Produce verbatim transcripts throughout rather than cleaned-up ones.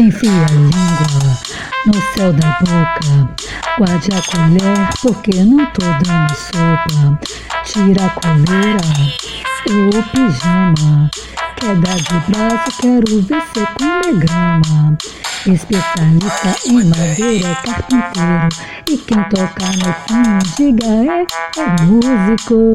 Enfia a língua no céu da boca, guarde a colher porque não tô dando sopa. Tira a coleira ou o pijama, quer dar de braço, quero ver cê comer grama. Especialista em madeira é carpinteiro, e quem toca no fim, diga é, é músico.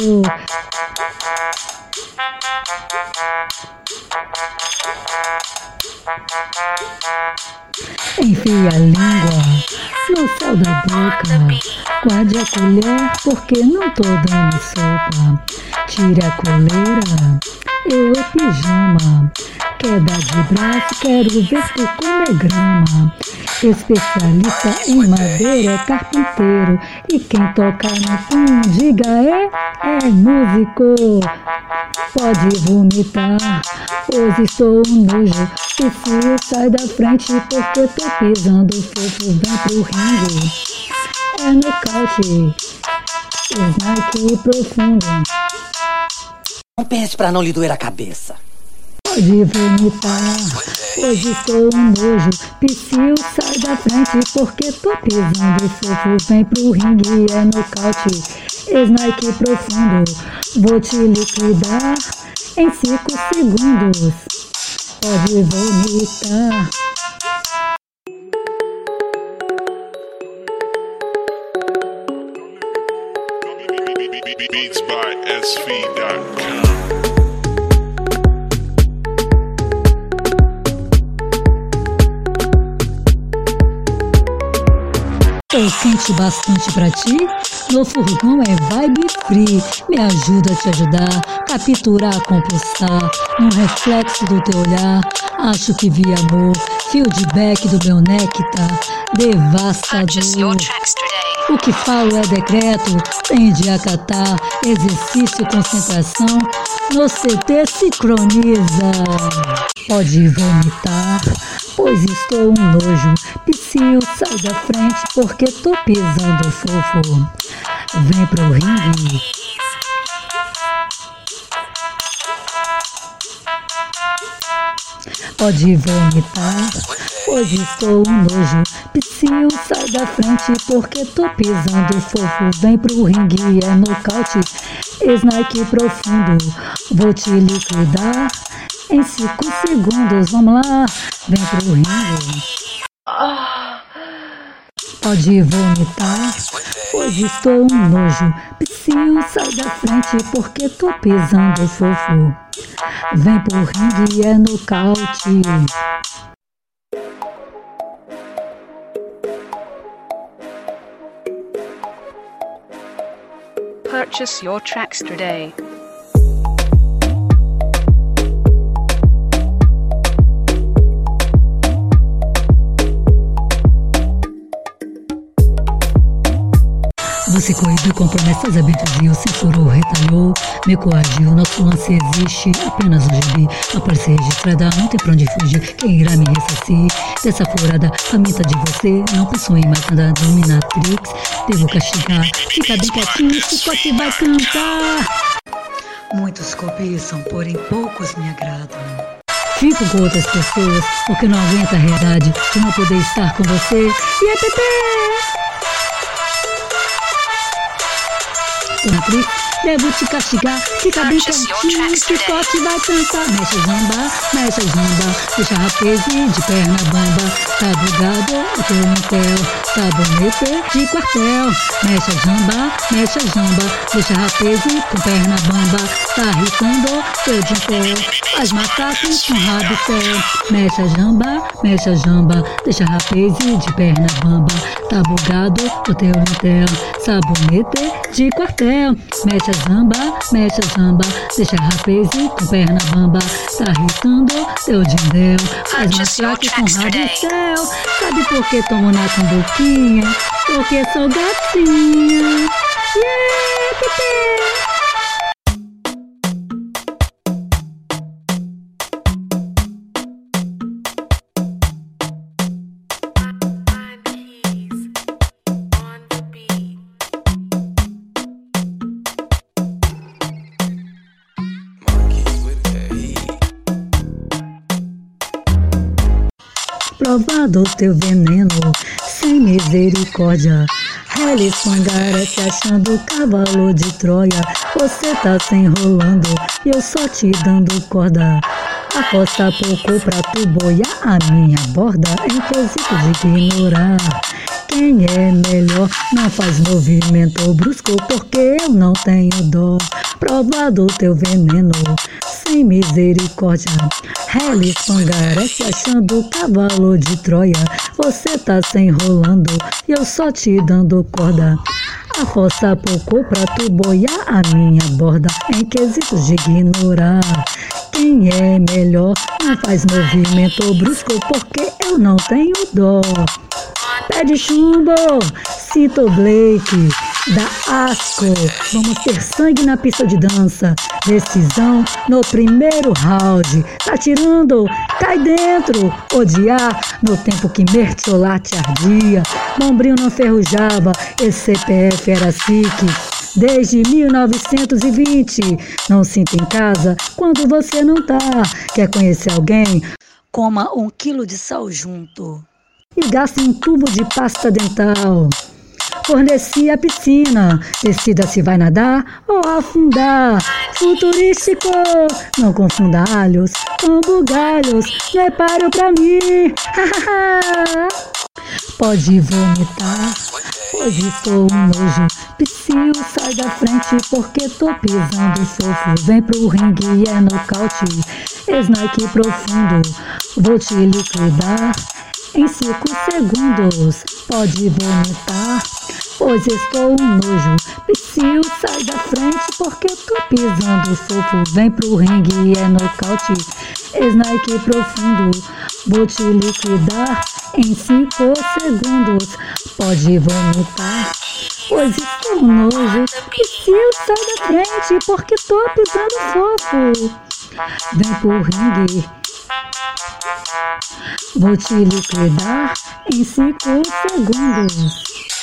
Enfia a língua no céu da boca, guarde a colher porque não tô dando sopa. Tire a coleira, eu é pijama, quer dar de braço, quero ver tu comer grama. Especialista em madeira é carpinteiro, e quem toca no pum, diga é, é músico. Pode vomitar, pois estou um nojo, e se eu sai da frente porque tô pisando fofo, vem pro ringue. É nocaute, Snake profundo. Não pense pra não lhe doer a cabeça. Pode vomitar, hoje estou um nojo, Psyu sai da frente porque tô pisando fofo, vem pro ringue, é nocaute, Snake profundo, vou te liquidar em cinco segundos, pode vomitar. Beats by S V dot com. Tô quente bastante pra ti, meu furgão é vibe free, me ajuda a te ajudar, capturar, compulsar, um reflexo do teu olhar, acho que vi amor, feedback do meu néctar, devastador. O que falo é decreto, tem de acatar, exercício, concentração, no C T sincroniza. Pode vomitar, pois estou um nojo, Psyu sai da frente porque tô pisando fofo, vem pro ringue. Pode vomitar, pois estou um nojo, Psyu sai da frente porque tô pisando fofo, vem pro ringue, é nocaute, Snake profundo, vou te liquidar em cinco segundos, vamos lá, vem pro ringue. Pode vomitar, pois estou um nojo, Psyu sai da frente porque tô pisando fofo, vem pro ringue, é nocaute. Purchase your tracks today. Você coibiu com promessas, abduziu, censurou, retalhou, me coagiu, nosso lance existe, apenas um gibi, não pode ser registrada, não tem pra onde fugir, quem irá me ressarcir dessa furada faminta de você, não pensou em mais nada, dominatrix, devo castigar, fica bem quietinho, esse pote vai cantar. Muitos cobiçam, porém poucos me agradam. Fico com outras pessoas, porque não aguento a realidade de não poder estar com você, e é Pepe! Matrix, devo te castigar, fica bem quietinho, esse corte vai cantar. Mexe zamba, mexe zamba, deixa rapaz de perna bamba, tá bugado o teu intel, tá bonito de quartel. Mexe zamba, mexe zamba, deixa rapaz com perna bamba, tá irritando teu dintel, faz macaco com rabicel. Mexe zamba, mexe zamba, deixa rapaz de perna bamba, tá bugado o teu intel, sabonete de quartel. Mexe a zamba, mexe a zamba, deixa rapaz com perna bamba, tá irritando teu dindel, faz matraque com rabicel. Sabe por que tomo na cumbuquinha? Porque sou gatinha. Yeah, Pepe! provar do teu veneno, sem misericórdia. Ela espangarece se achando cavalo de Troia. Você tá se enrolando e eu só te dando corda. Aposta pouco pra tu boiar a minha borda, em quesito de ignorar. Quem é melhor não faz movimento brusco, porque eu não tenho dó. Prova do teu veneno, sem misericórdia. Ela espangarece achando cavalo de Troia. Você tá se enrolando e eu só te dando corda. Aposta pouco pra tu boiar a minha borda, em quesito de ignorar. Quem é melhor não faz movimento brusco, porque eu não tenho dó. Pé de chumbo, sinto Blake, dá asco. Vamos ter sangue na pista de dança. Decisão no primeiro round. Tá tirando, cai dentro. Odiar no tempo que mertiolate ardia. Bombril não ferrujava, esse C P F era S I C. Desde mil novecentos e vinte, não sinto em casa quando você não tá. Quer conhecer alguém? Coma um quilo de sal junto e gaste um tubo de pasta dental. Forneci a piscina, decida se vai nadar ou afundar. Futurístico, não confunda alhos com bugalhos, não é páreo pra mim. Pode vomitar, hoje estou um nojo. Psyu, sai da frente porque tô pisando fofo. Vem pro ringue e é nocaute, Snake profundo, vou te liquidar em cinco segundos. Pode vomitar, pois estou um nojo. Psyu, sai da frente porque tô pisando fofo. Vem pro ringue e é nocaute, Snake profundo, vou te liquidar em cinco segundos. Pode vomitar, pois estou um nojo. Psyu, sai da frente porque tô pisando fofo. Vem pro ringue, vou te liquidar em cinco segundos.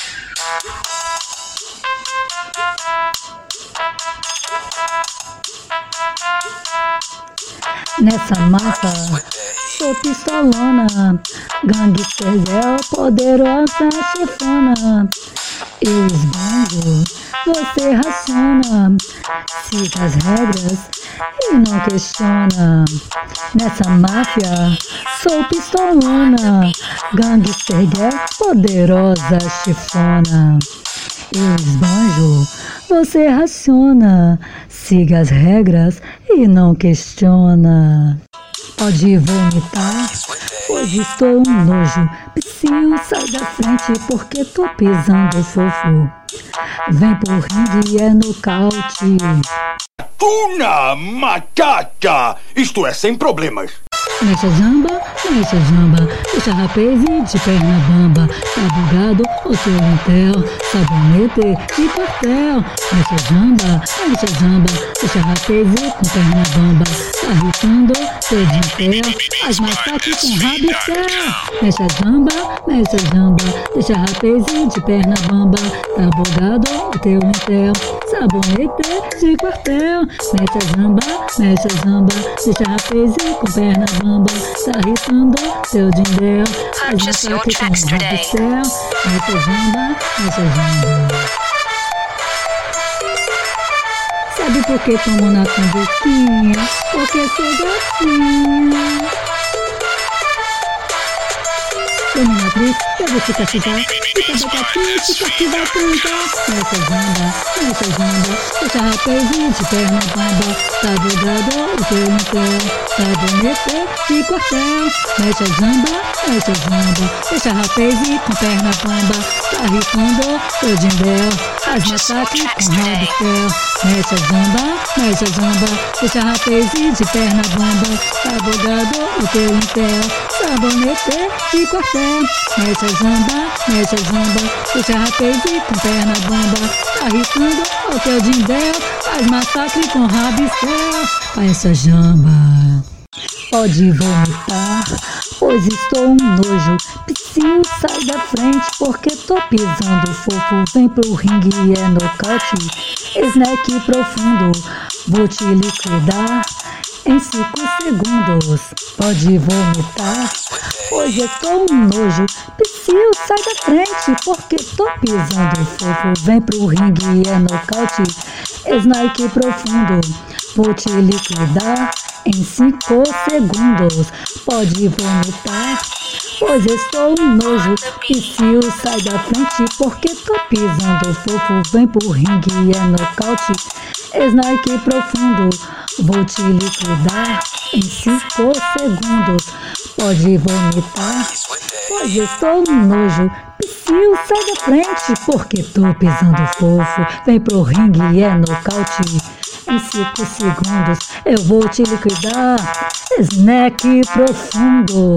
Nessa massa, sou pistolona, gangster girl, poderosa chefona. Eu esbanjo, você raciona, siga as regras e não questiona. Nessa máfia, sou pistolona, gangster girl, poderosa chefona. Eu esbanjo, você raciona, siga as regras e não questiona. Pode vomitar, hoje estou um nojo. Psyu, sai da frente porque tô pisando fofo. Vem pro ringue e é nocaute. Tuna macaca! Isto é sem problemas. Mexe a jamba, mexe a jamba, deixa a rapaz de perna bamba. Tá bugado o teu intel, sabonete e quartel. Mexe a jamba, mexe a jamba, deixa a rapaz com perna bamba. Tá irritando teu intel, faz massacre com rabicel. Mexe a jamba, mexe a jamba, deixa a rapaz de perna bamba. Tá bugado o teu intel, sabonete de quartel. Mexe a jamba, mexe a jamba, deixa a rapaz com perna bamba. Tá irritando teu dindel, faz massacre com rabicel. Mexe a jamba, mexe a jamba. Sabe por que tomo na cumbuquinha? Porque sou docinha. Dominatrix, eu vou te castigar. Fica bocatinha, fica que vai cantar. Mexe a jamba, mexe a jamba, deixa a rapazinha de perna bamba. Tá bugado o teu intel, sabonete de quartel. Mexe a jamba, mexe a jamba, deixa a rapazinha com perna bamba. Tá irritando teu dindel, faz massacre com rabicel. Mexe a jamba, mexe a jamba, deixa a rapazinha de perna bamba. Tá bugado o teu intel, sabonete de quartel. Mexe a jamba, mexe a jamba, deixa a rapazinha com perna bamba. Tá irritando o teu dindel, faz massacre com rabicel. Mexe a jamba. Pode vomitar, pois estou um nojo. Psyu, sai da frente porque tô pisando fofo. Vem pro ringue e é nocaute, Snake profundo, vou te liquidar em cinco segundos. Pode vomitar, hoje eu tô um nojo. Psyu, sai da frente, porque tô pisando fofo. Vem pro ringue, é nocaute, Snake profundo. Vou te liquidar em cinco segundos. Pode vomitar, pois estou um nojo. Psyu, sai da frente, porque tô pisando fofo. Vem pro ringue, é nocaute, Snake profundo. Vou te liquidar em cinco segundos. Pode vomitar, pois estou um nojo. Psyu, sai da frente, porque tô pisando fofo. Vem pro ringue, é nocaute, em cinco segundos eu vou te liquidar, Snake profundo.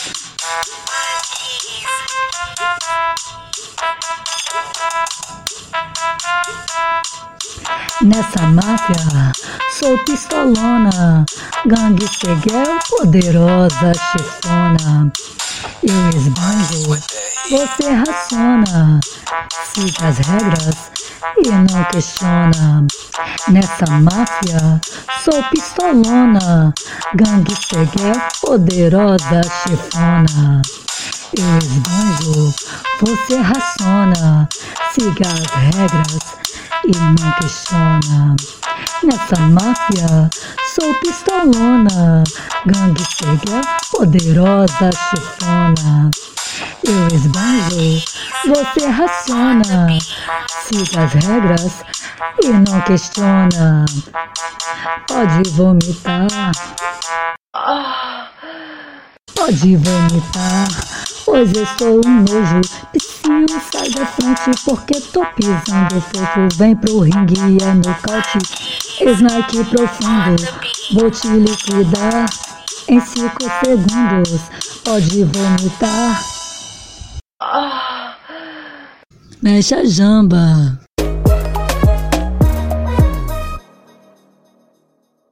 Nessa máfia, sou pistolona, gangster girl, poderosa chefona. Eu esbanjo, você raciona, siga as regras e não questiona. Nessa máfia, sou pistolona, gangster girl, poderosa chefona. Eu esbanjo, você raciona, siga as regras e não questiona. Nessa máfia, sou pistolona, gangster girl, poderosa chefona. Eu esbanjo, você raciona, siga as regras e não questiona. Pode vomitar, pode vomitar, pois eu sou um nojo. Psyu, sai da frente, porque tô pisando fofo. Vem pro ringue, é nocaute, Snake profundo. Vou te liquidar em cinco segundos. Pode vomitar, mexe a jamba.